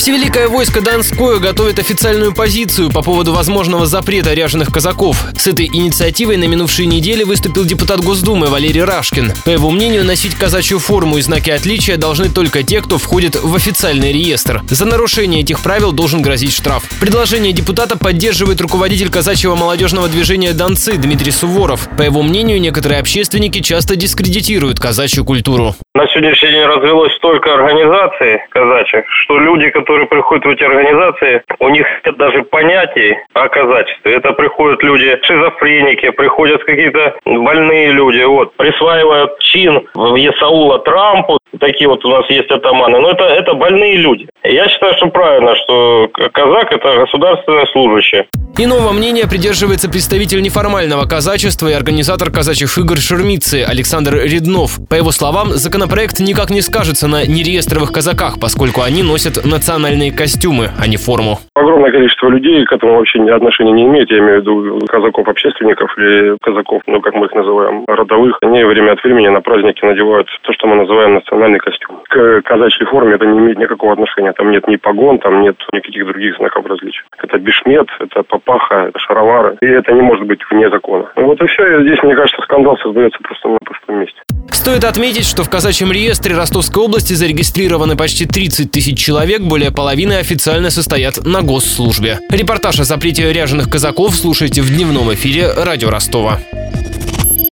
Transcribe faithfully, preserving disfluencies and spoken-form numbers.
Всевеликое войско Донское готовит официальную позицию по поводу возможного запрета ряженых казаков. С этой инициативой на минувшей неделе выступил депутат Госдумы Валерий Рашкин. По его мнению, носить казачью форму и знаки отличия должны только те, кто входит в официальный реестр. За нарушение этих правил должен грозить штраф. Предложение депутата поддерживает руководитель казачьего молодежного движения «Донцы» Дмитрий Суворов. По его мнению, некоторые общественники часто дискредитируют казачью культуру. На сегодняшний день развелось столько организаций казачьих, что люди, которые приходят в эти организации, у них нет даже понятий о казачестве. Это приходят люди шизофреники, приходят какие-то больные люди, вот, присваивают чин Есаула Трампу. Такие вот у нас есть атаманы. Но это, это больные люди. Я считаю, что правильно, что казак – это государственное служащее. Иного мнения придерживается представитель неформального казачества и организатор казачьих игр Шермицы Александр Реднов. По его словам, законопроект никак не скажется на нереестровых казаках, поскольку они носят национальные костюмы, а не форму. Огромное количество людей к этому вообще отношения не имеет. Я имею в виду казаков-общественников или казаков, ну как мы их называем, родовых. Они время от времени на праздники надевают то, что мы называем национальный костюм. К казачьей форме это не имеет никакого отношения. Там нет ни погон, там нет никаких других знаков различия. Это бешмет, это папаха, это шаровары. И это не может быть вне закона. Ну вот и все. И здесь, мне кажется, скандал создается просто на пустом месте. Стоит отметить, что в казачьем реестре Ростовской области зарегистрированы почти тридцать тысяч человек, более половины официально состоят на госслужбе. Репортаж о запрете ряженых казаков слушайте в дневном эфире радио Ростова.